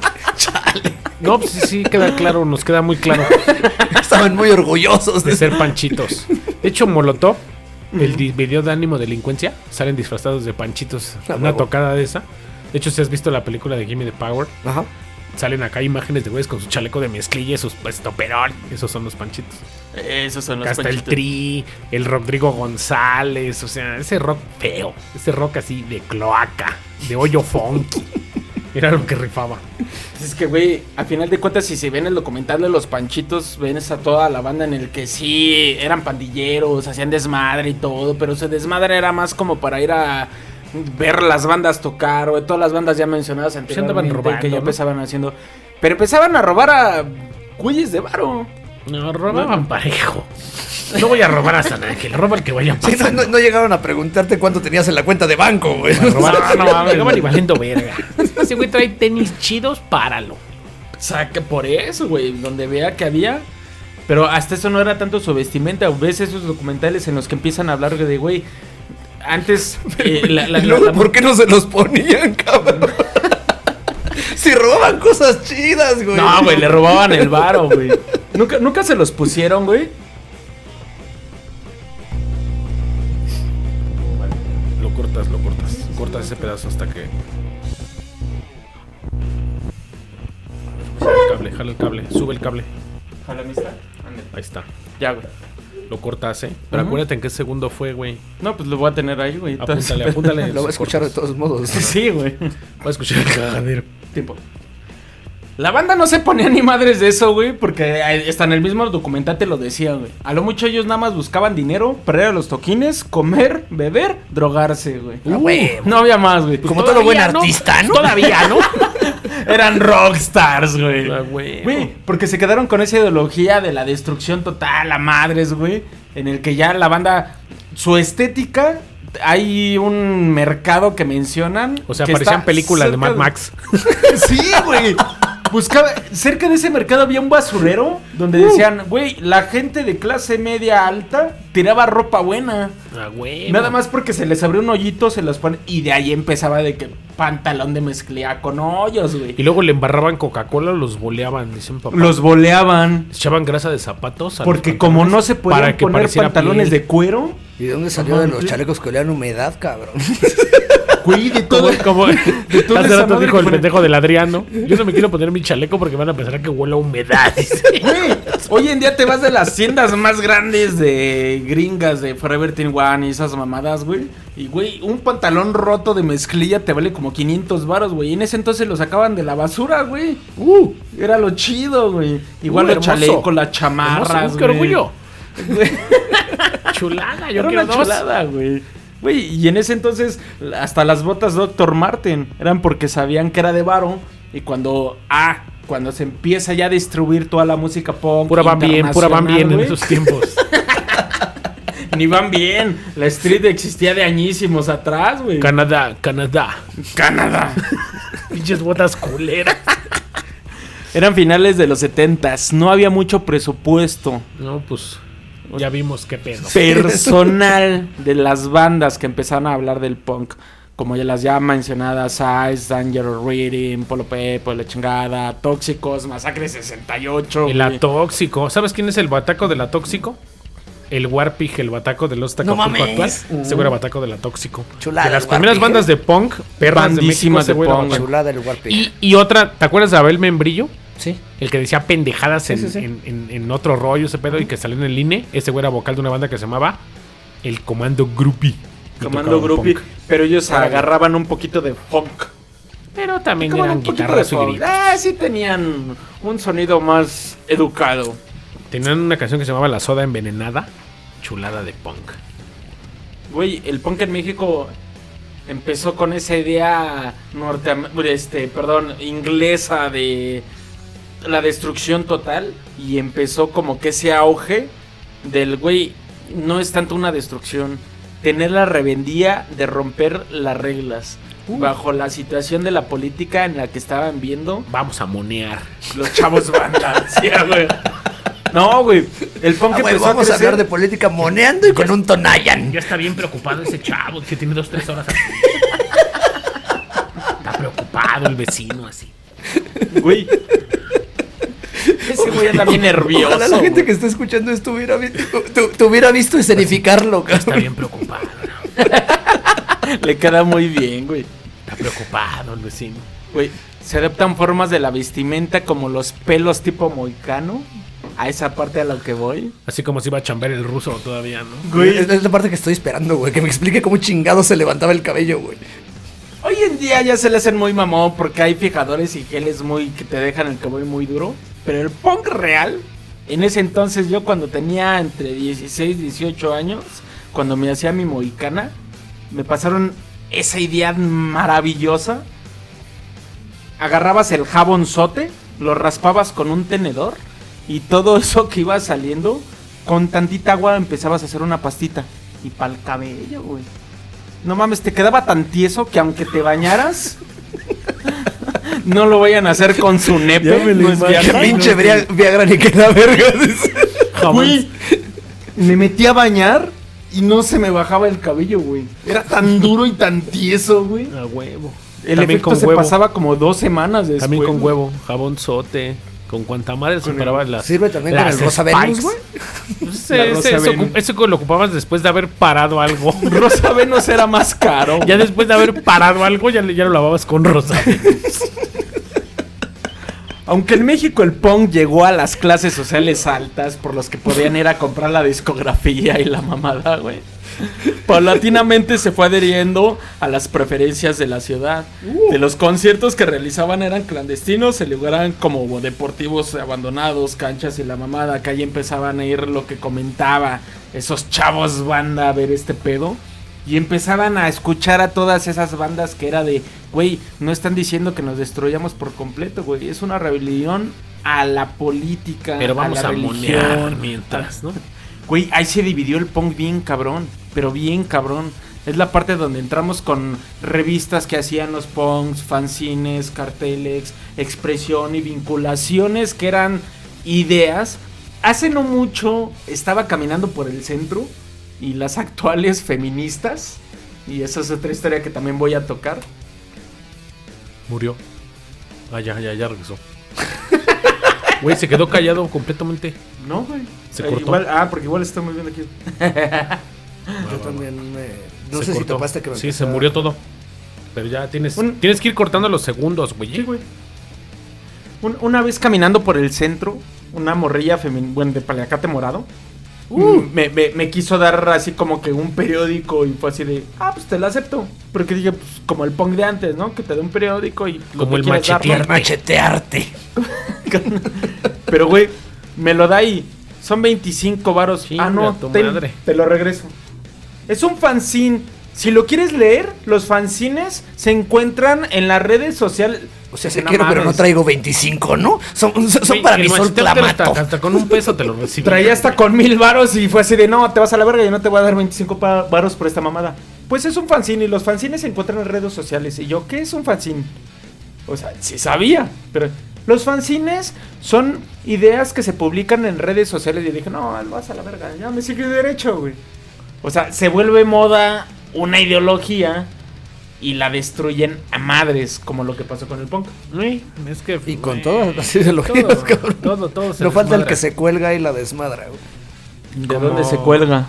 No, pues sí, queda claro, nos queda muy claro Estaban muy orgullosos de ser panchitos. De hecho, Molotov, el video de Ánimo Delincuencia, salen disfrazados de panchitos. Ah, Una huevo. tocada de esa. De hecho, si has visto la película de Gimme the Power, Ajá. salen acá imágenes de güeyes con su chaleco de mezclilla y sus estoperón. Esos son los panchitos. Esos son los Acá está el panchitos. Tri, el Rodrigo González, o sea, ese rock feo, ese rock así de cloaca, de hoyo funky. Era lo que rifaba. Es que, güey, a final de cuentas, si se ven el documental de los Panchitos, ven a toda la banda en el que sí, eran pandilleros, hacían desmadre y todo, pero ese desmadre era más como para ir a ver las bandas tocar, o de todas las bandas ya mencionadas anteriormente, andaban robando, que ya ¿no? empezaban haciendo. Pero empezaban a robar a güeyes de varo. No, robaban parejo. No voy a robar a San Ángel, roba el que vaya Sí, pasando. no llegaron a preguntarte cuánto tenías en la cuenta de banco, güey. Robaban y valiendo verga. Ese güey trae tenis chidos, páralo. O sea, que por eso, güey, donde vea que había. Pero hasta eso no era tanto su vestimenta. Ves esos documentales en los que empiezan a hablar de, güey, antes... Y luego, ¿por qué no se los ponían, cabrón? Si robaban cosas chidas, güey. No, güey, le robaban el varo, güey. ¿Nunca se los pusieron, güey? Cortas ese pedazo hasta que... Jala el cable, sube el cable. ¿A la amistad? Ándale. Ahí está. Ya, güey. Lo cortas, Pero acuérdate en qué segundo fue, güey. No, pues lo voy a tener ahí, güey. Apúntale. Lo voy a escuchar de todos modos. Sí, güey. Voy a escuchar el cagadero. Tiempo. La banda no se ponía ni madres de eso, güey, porque hasta en el mismo documental te lo decía, güey. A lo mucho ellos nada más buscaban dinero, perder a los toquines, comer, beber, drogarse, güey. Güey. No había más, güey. Como todo buen Todavía, ¿no? artista, ¿no? Todavía, ¿no? Eran rockstars, güey. Ah, güey. Güey, porque se quedaron con esa ideología de la destrucción total a madres, güey. En el que ya la banda, su estética, hay un mercado que mencionan. O sea, que parecían está películas de cerca Mad Max. Sí, güey. buscaba, cerca de ese mercado había un basurero donde decían, güey, la gente de clase media alta tiraba ropa buena. Ah, güey. Nada más porque se les abrió un hoyito, se los pone, y de ahí empezaba de que pantalón de mezclilla con hoyos, güey. Y luego le embarraban Coca-Cola, los boleaban, dicen papá. Los boleaban. Les echaban grasa de zapatos. Porque como no se podían poner pantalones de cuero. ¿Y de dónde salió de los chalecos que olían humedad, cabrón? Güey, de todo. Como de toda hace esa rato madre dijo que el pone- pendejo del Adriano. Yo no me quiero poner mi chaleco porque van a pensar que huele a humedad. Güey, hoy en día te vas de las tiendas más grandes de gringas, de Forever 21 y esas mamadas, güey. Y, güey, un pantalón roto de mezclilla te vale como 500 varos, güey. Y en ese entonces lo sacaban de la basura, güey. Era lo chido, güey. Igual los hermoso. chalecos, las chamarras, Hermoso, ¡qué güey. orgullo! Güey, Chulada, yo era quiero una dos. chulada, güey. Güey, y en ese entonces hasta las botas Dr. Marten eran porque sabían que era de varo. Y cuando se empieza ya a distribuir toda la música punk Pura van bien en güey. esos tiempos. Ni van bien. La street existía de añísimos atrás, güey. Canadá. Canadá. Pinches botas culeras. Eran finales de los 70s. No había mucho presupuesto No, pues ya vimos qué pedo. personal de las bandas que empezaron a hablar del punk. Como ya las ya mencionadas, Ice, Danger, Reading, Polo Pepo, La Chingada, Tóxicos, Masacre 68. El güey. Atóxico. ¿Sabes quién es el bataco del Atóxico? El Warpig, el bataco de los No Acapulco mames. actual. Ese güey era bataco del Atóxico. Chulada, De las el primeras Warpig, bandas de punk, perras de México, Bandísimas ese de güey era punk. bataco. Chulada del Warpig. Y otra, ¿te acuerdas de Abel Membrillo? Sí. El que decía pendejadas en, Sí, sí, sí. en otro rollo, ese pedo, y que salió en el INE. Ese güey era vocal de una banda que se llamaba El Comando Groupie. Y Comando tocaban Groupie. punk. Pero ellos agarraban un poquito de funk. Pero también Tocaban eran un poquito guitarras de y funk. gritos. Sí tenían un sonido más educado. Tenían una canción que se llamaba La Soda Envenenada. Chulada de punk. Güey, el punk en México empezó con esa idea inglesa de la destrucción total y empezó como que ese auge del güey, no es tanto una destrucción, tener la rebeldía de romper las reglas. Bajo la situación de la política en la que estaban viendo Vamos a monear. los chavos bandas. Sí, güey. No, güey, el punk Güey, empezó vamos a crecer. hablar de política moneando y con un Tonayan. Ya está bien preocupado ese chavo que tiene 2-3 horas. Está preocupado el vecino así. Güey. Ese güey anda bien nervioso. Ojalá la gente güey. que está escuchando esto hubiera visto escenificarlo, Está cabrón. bien preocupado. Le queda muy bien, güey. Está preocupado el vecino. Güey, se adoptan formas de la vestimenta como los pelos tipo moicano. A esa parte a lo que voy. Así como si iba a chambear el ruso todavía, ¿no? Güey, es la parte que estoy esperando, güey. Que me explique cómo chingado se levantaba el cabello, güey. Hoy en día ya se le hacen muy mamón porque hay fijadores y geles muy que te dejan el cabello muy duro. Pero el punk real, en ese entonces yo cuando tenía entre 16 y 18 años, cuando me hacía mi mohicana, me pasaron esa idea maravillosa. Agarrabas el jabonzote, lo raspabas con un tenedor y todo eso que iba saliendo, con tantita agua empezabas a hacer una pastita. Y para el cabello, güey. No mames, te quedaba tan tieso que aunque te bañaras, no lo vayan a hacer con su nepe. Ya me lo no es imagino. Viagra. Pinche Viagra ni que la verga. Güey, me metí a bañar y no se me bajaba el cabello, güey. Era tan duro y tan tieso, güey. A huevo. El También efecto con se huevo. pasaba como 2 semanas después. También con güey. huevo, jabón sote. Con cuanta madre superaba las. Sirve también con las el Rosa spikes. Venus, güey. Pues, La Rosa Venus. eso lo ocupabas después de haber parado algo. Rosa Venus era más caro. Ya después de haber parado algo, ya lo lavabas con rosa. Aunque en México el punk llegó a las clases sociales altas por los que podían ir a comprar la discografía y la mamada, güey. Paulatinamente se fue adheriendo a las preferencias de la ciudad. De los conciertos que realizaban eran clandestinos, se lugaran como deportivos abandonados, canchas y la mamada. Que ahí empezaban a ir lo que comentaba esos chavos banda a ver este pedo. Y empezaban a escuchar a todas esas bandas que era de, güey, no están diciendo que nos destruyamos por completo, güey. Es una rebelión a la política, Pero vamos a la a religión. monear mientras, ¿no? Güey, ahí se dividió el punk bien cabrón, pero bien cabrón. Es la parte donde entramos con revistas que hacían los punks, fanzines, carteles, expresión y vinculaciones que eran ideas. Hace no mucho estaba caminando por el centro y las actuales feministas, y esa es otra historia que también voy a tocar. Murió. Ya regresó. Güey, se quedó callado completamente. No, güey. Se cortó. Igual, porque igual está muy bien aquí. Yo también no Se sé si cortó. topaste que me Sí, empezó se a- murió todo. Pero ya tienes que ir cortando los segundos, güey. Sí, güey. Una vez caminando por el centro, una morrilla de paliacate morado me quiso dar así como que un periódico y fue así de, pues te lo acepto. Porque dije, pues como el punk de antes, ¿no? Que te dé un periódico y lo Como que el quieras darlo. Machetearte. Pero güey, me lo da y son 25 varos. Chinga No, tu madre. te lo regreso. Es un fanzine. Si lo quieres leer, los fanzines se encuentran en las redes sociales. O sea, Que sí quiero, pero no mames. traigo 25, ¿no? Son Güey, para el mi sol machetearte clamato. hasta con un peso te lo recibí. Traía hasta con 1000 varos y fue así de, no, te vas a la verga, yo no te voy a dar 25 varos por esta mamada. Pues es un fanzine y los fanzines se encuentran en redes sociales. Y yo, ¿qué es un fanzine? O sea, sí sabía, pero los fanzines son ideas que se publican en redes sociales. Y dije, no, vas a la verga, ya me sigue derecho, güey. O sea, se vuelve moda una ideología y la destruyen a madres, como lo que pasó con el punk. Güey, es que... Y con güey, todas las ideologías, todo, cabrón. todo se No falta el desmadra. que se cuelga y la desmadra, güey. ¿De Como- dónde se cuelga?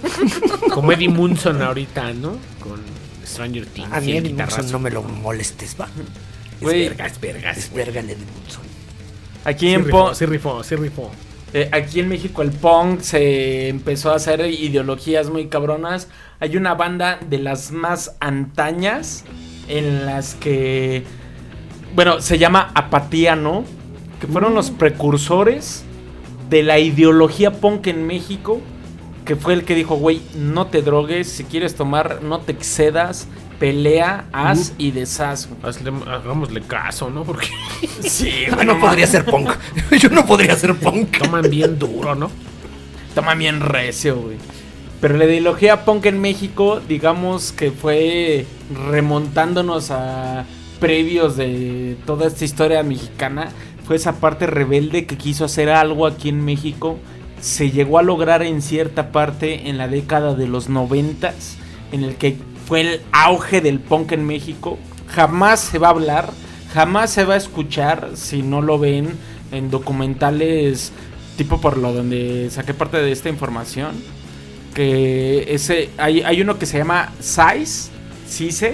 Como Eddie Munson ahorita, ¿no? Con Stranger Things. A mí y el Eddie guitarrazo. Munson no me lo molestes, va. Güey, Es vergas. Es verga el Eddie Munson. aquí Sí en rifó, sí rifó. Aquí en México el punk se empezó a hacer ideologías muy cabronas. Hay una banda de las más antañas en las que, bueno, se llama Apatía, ¿no? Que fueron los precursores de la ideología punk en México. Que fue el que dijo, güey, no te drogues, si quieres tomar, no te excedas, pelea, haz y deshaz. Hagámosle caso, ¿no? Porque Sí, No podría ser punk. Yo no podría ser punk. toman bien duro, ¿no? Toma bien recio, güey. Pero la ideología punk en México, digamos que fue remontándonos a previos de toda esta historia mexicana. Fue esa parte rebelde que quiso hacer algo aquí en México. Se llegó a lograr en cierta parte en la década de los 90s, en el que fue el auge del punk en México. Jamás se va a hablar, jamás se va a escuchar si no lo ven en documentales tipo por lo donde saqué parte de esta información. Que hay uno que se llama SIZE,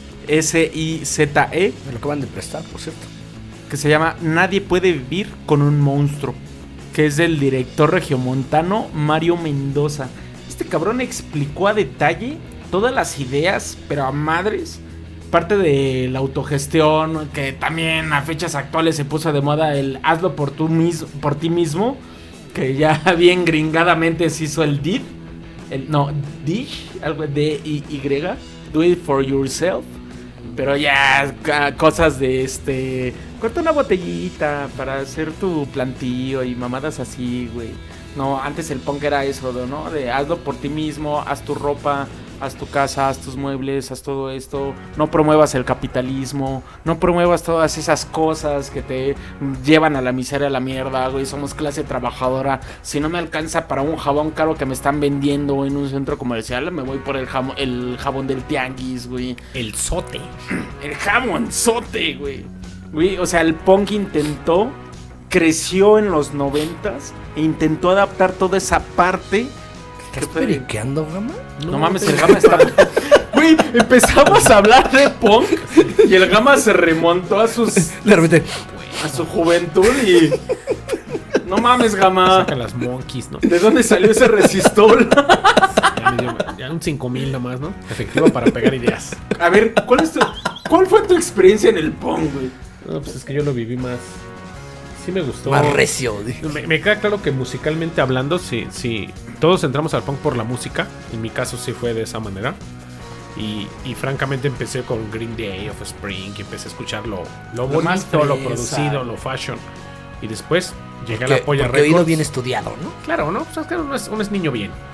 SIZE, Me lo acaban de prestar, por cierto. que se llama Nadie puede vivir con un monstruo, que es del director regiomontano Mario Mendoza. Este cabrón explicó a detalle todas las ideas, pero a madres. Parte de la autogestión, que también a fechas actuales se puso de moda el hazlo por ti mismo, que ya bien gringadamente se hizo el DID. DISH, algo de DIY, do it for yourself. Pero ya cosas de corta una botellita para hacer tu plantío y mamadas así, güey. No, antes el punk era eso, ¿no? De hazlo por ti mismo, haz tu ropa, haz tu casa, haz tus muebles, haz todo esto. No promuevas el capitalismo, no promuevas todas esas cosas que te llevan a la miseria, a la mierda, güey. Somos clase trabajadora. Si no me alcanza para un jabón caro que me están vendiendo en un centro comercial, me voy por el jabón del tianguis, güey. El sote. El jamonzote, güey. Güey, o sea, el punk creció en los 90s e intentó adaptar toda esa parte. ¿Estás periqueando, Gama? No mames, el Gama está... Güey, empezamos a hablar de punk y el Gama se remontó a De repente, a su juventud y... No mames, Gama. Sacan las monkeys, ¿no? ¿De dónde salió ese resistol? Ya un 5,000 nomás, ¿no? Efectivo para pegar ideas. A ver, ¿cuál fue tu experiencia en el punk, güey? No, pues es que yo lo viví más. Sí me gustó. más recio. Dije. Me queda claro que musicalmente hablando, sí, todos entramos al punk por la música. En mi caso sí fue de esa manera. Y francamente empecé con Green Day, Offspring, y empecé a escuchar lo más bonito, lo fresa. producido, lo fashion. Y después llegué a Porque- la Polla porque oído Records. bien estudiado, ¿no? Claro, ¿no? Pues es que uno es niño bien.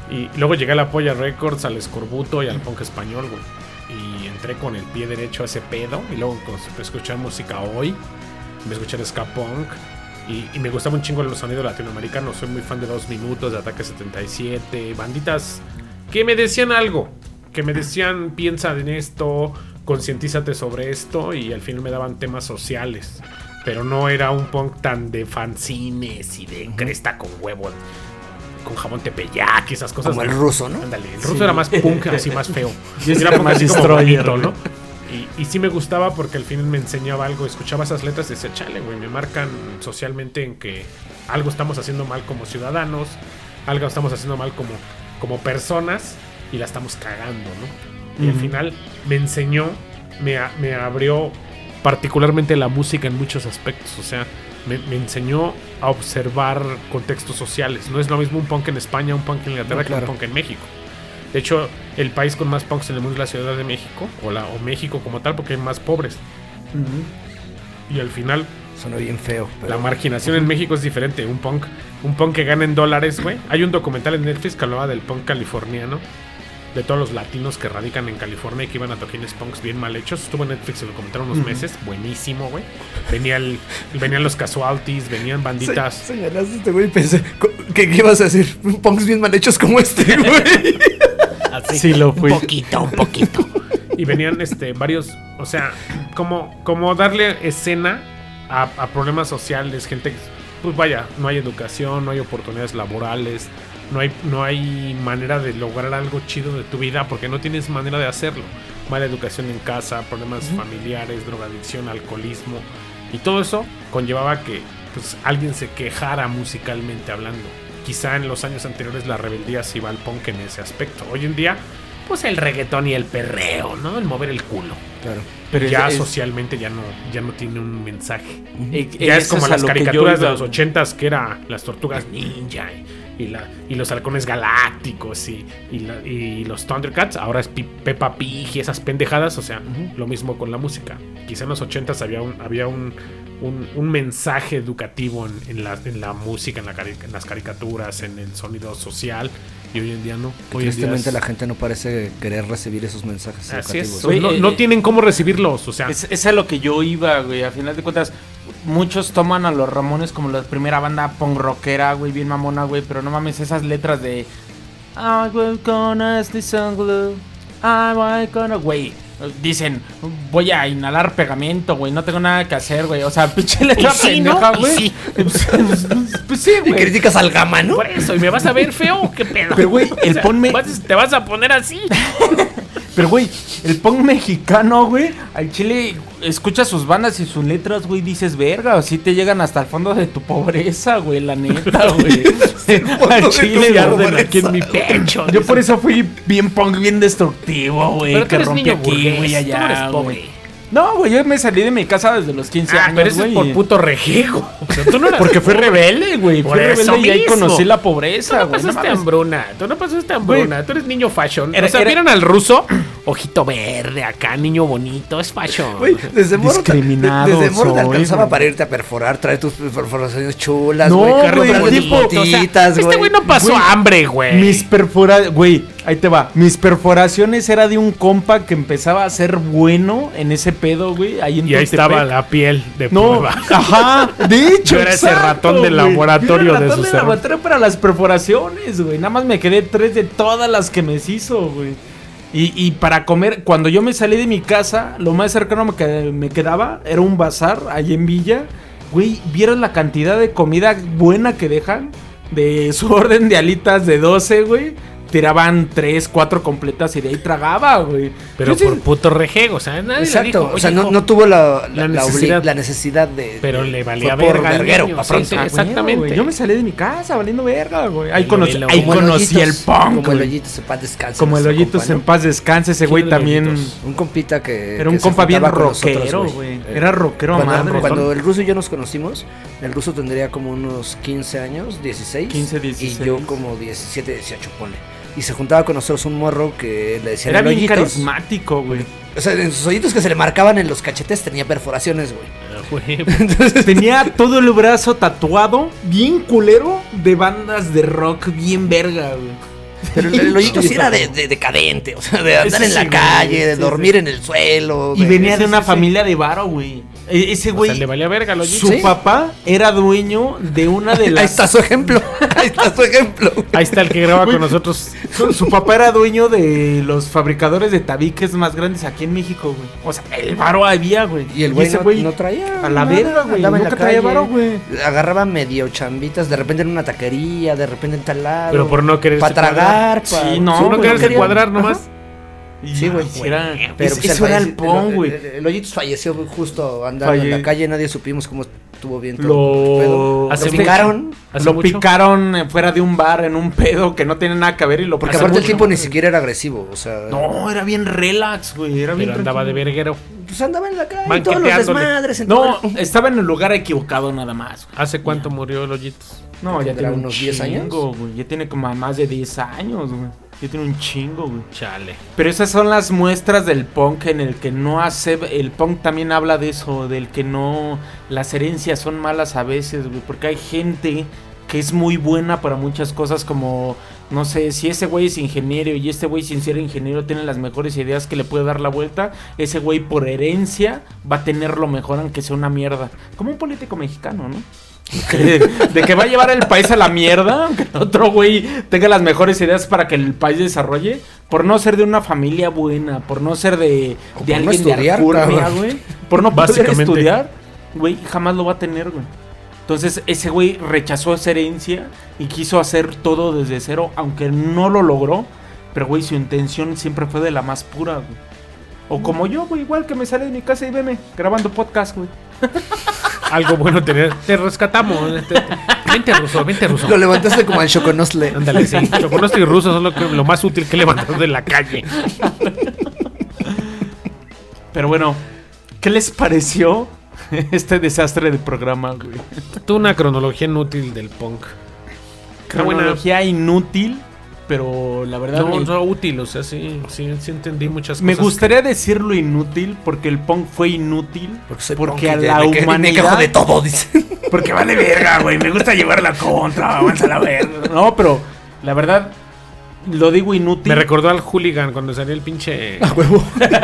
Y luego llegué a la Polla Records, al Escorbuto y al punk español, güey. Y entré con el pie derecho a ese pedo. Y luego empecé a escuchar música hoy. Me escuché ska punk. Y me gustaba un chingo los sonidos latinoamericanos. Soy muy fan de 2 Minutos, de Ataque 77. Banditas que me decían algo. Que me decían, piensa en esto, concientízate sobre esto. Y al final me daban temas sociales. Pero no era un punk tan de fanzines y de cresta con huevo, con jabón tepeyac y esas cosas. Como el ruso, ¿no? Ándale, el ruso era más punk, así más feo. Y ese Era era punk más así como destroyer, bonito, ¿no? ¿no? Y sí me gustaba porque al final me enseñaba algo. Escuchaba esas letras y decía, chale, güey, me marcan socialmente en que algo estamos haciendo mal como ciudadanos, algo estamos haciendo mal como personas y la estamos cagando, ¿no? Y al final me enseñó, me abrió particularmente la música en muchos aspectos. O sea, me enseñó a observar contextos sociales. No es lo mismo un punk en España, un punk en Inglaterra, que un punk en México. De hecho, el país con más punks en el mundo es la Ciudad de México, o México como tal, porque hay más pobres. Y al final, Suena bien feo. Pero... la marginación en México es diferente. Un punk que gana en dólares, güey. Hay un documental en Netflix que hablaba del punk californiano, de todos los latinos que radican en California y que iban a toquines punks bien mal hechos. Estuvo en Netflix, se lo comentaron unos meses. Buenísimo, güey. Venían los Casualties, venían banditas. Señalaste este güey y pensé, ¿qué ibas a decir? Punks bien mal hechos como este, güey. Así. Sí, lo fui. Un poquito. Y venían varios, o sea, como darle escena a problemas sociales, gente, pues vaya, no hay educación, no hay oportunidades laborales, no hay manera de lograr algo chido de tu vida porque no tienes manera de hacerlo. Mala educación en casa, problemas familiares, drogadicción, alcoholismo, y todo eso conllevaba que pues alguien se quejara musicalmente hablando. Quizá en los años anteriores la rebeldía se iba al punk en ese aspecto. Hoy en día, pues el reggaetón y el perreo, ¿no? El mover el culo. Claro. Pero ya es- socialmente ya no tiene un mensaje. Eh, Ya es eso como a las lo que caricaturas yo de iba. los 80s, que era las tortugas ninja y los halcones galácticos y los Thundercats. Ahora es Peppa Pig y esas pendejadas. O sea, lo mismo con la música. Quizá en los 80s había un mensaje educativo en la música, en las caricaturas, en el sonido social. Y hoy en día no. Hoy en día Tristemente es- la gente no parece querer recibir esos mensajes Así es. educativos. Güey, No tienen cómo recibirlos. O sea, Es a lo que yo iba, güey. A final de cuentas, muchos toman a los Ramones como la primera banda punk rockera, güey, bien mamona, güey. Pero no mames, esas letras de I will gonna this glue, I gonna, güey. Dicen, voy a inhalar pegamento, güey. No tengo nada que hacer, güey. O sea, pinche letra Y sí, ¿no? pendeja, Y güey. sí. Pues sí, Y güey. criticas al Gama, ¿no? por eso. ¿Y me vas a ver feo? ¿Qué pedo? Pero, güey, el O sea, ponme. ¿te vas a poner así? Pero, güey, el punk mexicano, güey, al chile escuchas sus bandas y sus letras, güey, dices, verga, o sí te llegan hasta el fondo de tu pobreza, güey, la neta, güey. Al chile, Me güey. arden aquí en mi pecho. Yo por eso fui bien punk, bien destructivo, güey, Pero tú que eres rompí niño aquí, burgués, güey, tú no allá, eres güey. pobre. No, güey, yo me salí de mi casa desde los 15 años, Pero eso güey. es por puto rejego. O sea, tú no eras Porque fui rebelde, güey. Fui Por eso rebelde y ahí mismo. conocí la Tú pobreza, no güey. pasaste mames. hambruna. Tú no pasaste Güey. hambruna. Tú eres niño fashion. Era- o sea, era- ¿vieron al ruso? Ojito verde acá, niño bonito. Es fashion. Güey, desde morro Discriminado desde morro te soy, alcanzaba güey. para irte a perforar, traer tus perforaciones chulas, No, güey, carro güey, para tus tipo, o sea, botitas, Este güey no pasó Güey, hambre, güey. Mis perforaciones, güey, ahí te va. Mis perforaciones era de un compa que empezaba a ser bueno en ese pedo, güey. Ahí en Y ahí Tultepec. estaba la piel de No, prueba. ajá, de hecho. Yo era ese exacto, ratón de güey. laboratorio Yo era de ratón sus laboratorio para las perforaciones, güey. Nada más me quedé 3 de todas las que me hizo, güey. Y para comer, cuando yo me salí de mi casa, lo más cercano que me quedaba era un bazar allí en Villa. Güey, ¿vieron la cantidad de comida buena que dejan? De su orden de alitas de 12, güey. Tiraban 3, 4 completas y de ahí tragaba, güey. Pero Yo sí- por puto rejego. O sea, nadie le Exacto, dijo, o sea, "Oye, no, hijo". no tuvo la necesidad. necesidad de... Pero de- le valía fue por verga al verguero, niño, pa' sí, pronto. sí. Ah, Exactamente. güey, yo me salí de mi casa valiendo verga, güey. Ahí El conocí, Lelo. ahí Como el conocí el Hoyitos, punk, Como el güey. Hoyitos en paz descanse. Como el nuestro Hoyitos compa, en ¿no? paz descanse, ese güey ¿Quién era el también. Hoyitos? Un compita que... Era un que se compa bien juntaba con nosotros, rockero, güey. Eh, Era rockero a Cuando, madre. cuando el ruso y yo nos conocimos, el ruso tendría como unos 15 años, 16. 15, 16. Y yo como 17, 18, ponle. Y se juntaba con nosotros un morro que le decían Era el bien Hoyitos. carismático, güey. O sea, en sus hoyitos que se le marcaban en los cachetes tenía perforaciones, güey. Güey, Tenía todo el brazo tatuado, bien culero, de bandas de rock bien verga, güey. Pero el Hoyito sí era de decadente, o sea, de andar en la calle, de dormir en el suelo. Y venía de una familia de varo, güey. Ese güey, O sea, le valía verga al Hoyito. su papá era dueño de una de las... Ahí está su ejemplo. Ahí está el que graba con nosotros. Su papá era dueño de los fabricadores de tabiques más grandes aquí en México, güey. O sea, el varo había, güey. Y el güey ese no traía a la nada, verga, güey. andaba en Nunca la traía calle, varo, güey. Agarraba medio chambitas, de repente en una taquería, de repente en tal lado. Pero por no quererse para tragar, cuadrar. Sí, no, no, no güey, quererse quería- cuadrar nomás. Sí, güey. Pero pues, eso era el pon, güey. El Hoyitos falleció justo andando en la calle, nadie supimos cómo estuvo bien todo. Lo Hace picaron. ¿Hace Lo mucho? picaron fuera de un bar en un pedo que no tiene nada que ver y lo Porque hace aparte el mucho. tipo ni siquiera era agresivo, o sea. No, era bien relax, güey. Era bien Pero andaba de tranquilo. verguero. Pues andaba en la calle, todos los Banqueteándole. desmadres. En No, todo el- estaba en el lugar equivocado nada más, güey. ¿Hace cuánto murió el Hoyitos? No, ya ¿Tendrá tiene unos 10 años? chingo, güey. Ya tiene como más de 10 años, güey. Ya tiene un chingo, güey. Chale. Pero esas son las muestras del punk en el que no hace... El punk también habla de eso, del que no... Las herencias son malas a veces, güey. Porque hay gente que es muy buena para muchas cosas como... No sé, si ese güey es ingeniero y este güey sin ser ingeniero tiene las mejores ideas que le puede dar la vuelta, ese güey por herencia va a tener lo mejor aunque sea una mierda. Como un político mexicano, ¿no? De que va a llevar el país a la mierda, aunque el otro güey tenga las mejores ideas para que el país desarrolle, por no ser de una familia buena, por no ser de por no alguien de estudiar, alcurnia, cabrón. güey, por no poder Básicamente. estudiar, güey, jamás lo va a tener, güey. Entonces ese güey rechazó esa herencia y quiso hacer todo desde cero, aunque no lo logró, pero güey, su intención siempre fue de la más pura, güey. O como yo, güey, igual que me sale de mi casa y veme grabando podcast, güey. Algo bueno tener. Te rescatamos. Vente ruso. Lo levantaste como al Choconosle. Ándale, sí. Choconosle y ruso son lo más útil que levantar de la calle. Pero bueno, ¿qué les pareció este desastre de programa, güey? Tuvo una cronología inútil del punk. Está buena. Cronología inútil, pero la verdad No útil, o sea, sí entendí muchas cosas. me gustaría decirlo inútil porque el punk fue inútil. Porque a punk y la me quejo humanidad... de todo, dice. Porque vale verga, güey. Me gusta llevar la contra. Avanza la verga. No, pero la verdad, lo digo inútil. Me recordó al hooligan cuando salió el pinche. A huevo.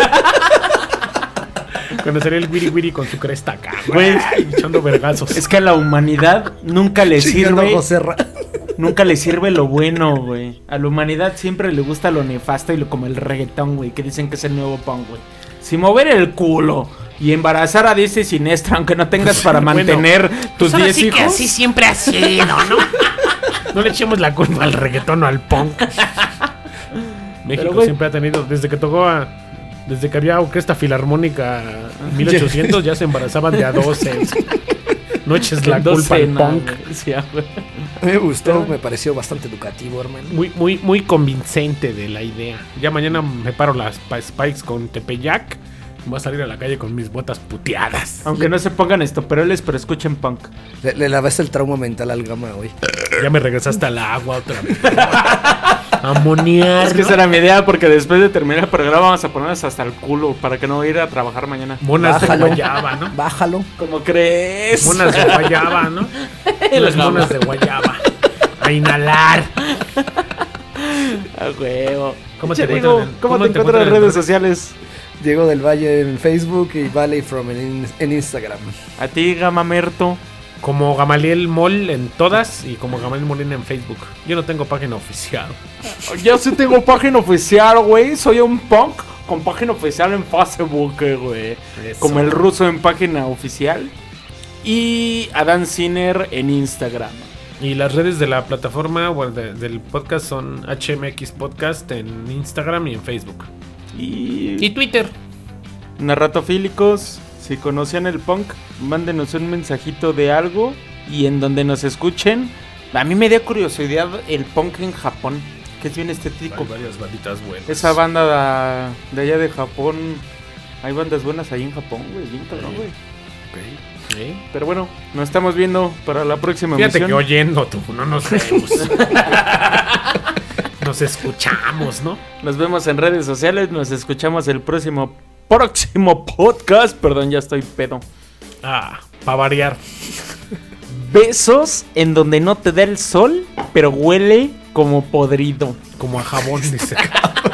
Cuando salió el wiri wiri con su cresta acá, Güey. echando vergazos. Es que a la humanidad nunca le Chingando a sirve. José Ra- Nunca le sirve lo bueno, güey. A la humanidad siempre le gusta lo nefasto y lo como el reggaetón, güey. Que dicen que es el nuevo punk, güey. Si mover el culo y embarazar a Disney Siniestra, aunque no tengas para Bueno, mantener tus Pues ahora 10 sí hijos. que así siempre ha sido, ¿no? No le echemos la culpa al reggaetón o al punk. México güey, siempre ha tenido, desde que había orquesta filarmónica en 1800, ya se embarazaban de a 12. No eches la culpa al punk. Sí, güey. A mí me gustó, me pareció bastante educativo, hermano. Muy convincente de la idea. Ya mañana me paro las Spikes con Tepeyac. Voy a salir a la calle con mis botas puteadas. Aunque no se pongan estoperoles, pero escuchen punk. Le lavaste el trauma mental al Gama hoy. Ya me regresaste al agua otra vez. Amoniar. Es que esa era mi idea, porque después de terminar el programa vamos a ponernos hasta el culo para que no ir a trabajar mañana. Monas Bájalo. de guayaba, ¿no? Bájalo. ¿Cómo crees? Monas de guayaba, ¿no? Las monas de guayaba. A inhalar. A huevo. ¿Cómo te Che, encuentran Diego, en- ¿cómo cómo te te encuentran en encuentran en redes sociales? Diego del Valle en Facebook y Valley From en Instagram. A ti, Gamamerto. Como Gamaliel Mol en todas y como Gamaliel Molina en Facebook. Yo no tengo página oficial. Yo sí tengo página oficial, güey. Soy un punk con página oficial en Facebook, güey. Eso. Como el ruso en página oficial. Y Adán Ciner en Instagram. Y las redes de la plataforma o del podcast son HMX Podcast en Instagram y en Facebook. Y Twitter. narratofílicos, si conocían el punk, mándenos un mensajito de algo. Y en donde nos escuchen, a mí me dio curiosidad el punk en Japón, que es bien estético. Hay varias banditas buenas. Esa banda de allá de Japón, hay bandas buenas ahí en Japón, güey, bien cabrón, güey. ¿Sí? Pero bueno, nos estamos viendo para la próxima Fíjate emisión. que oyendo tú, no nos vemos. Nos escuchamos, ¿no? Nos vemos en redes sociales, nos escuchamos el próximo podcast. Perdón, ya estoy pedo. Para variar. Besos en donde no te da el sol, pero huele como podrido. Como a jabón, dice.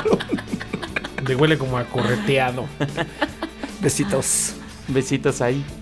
Le huele como a correteado. Besitos. Besitos ahí.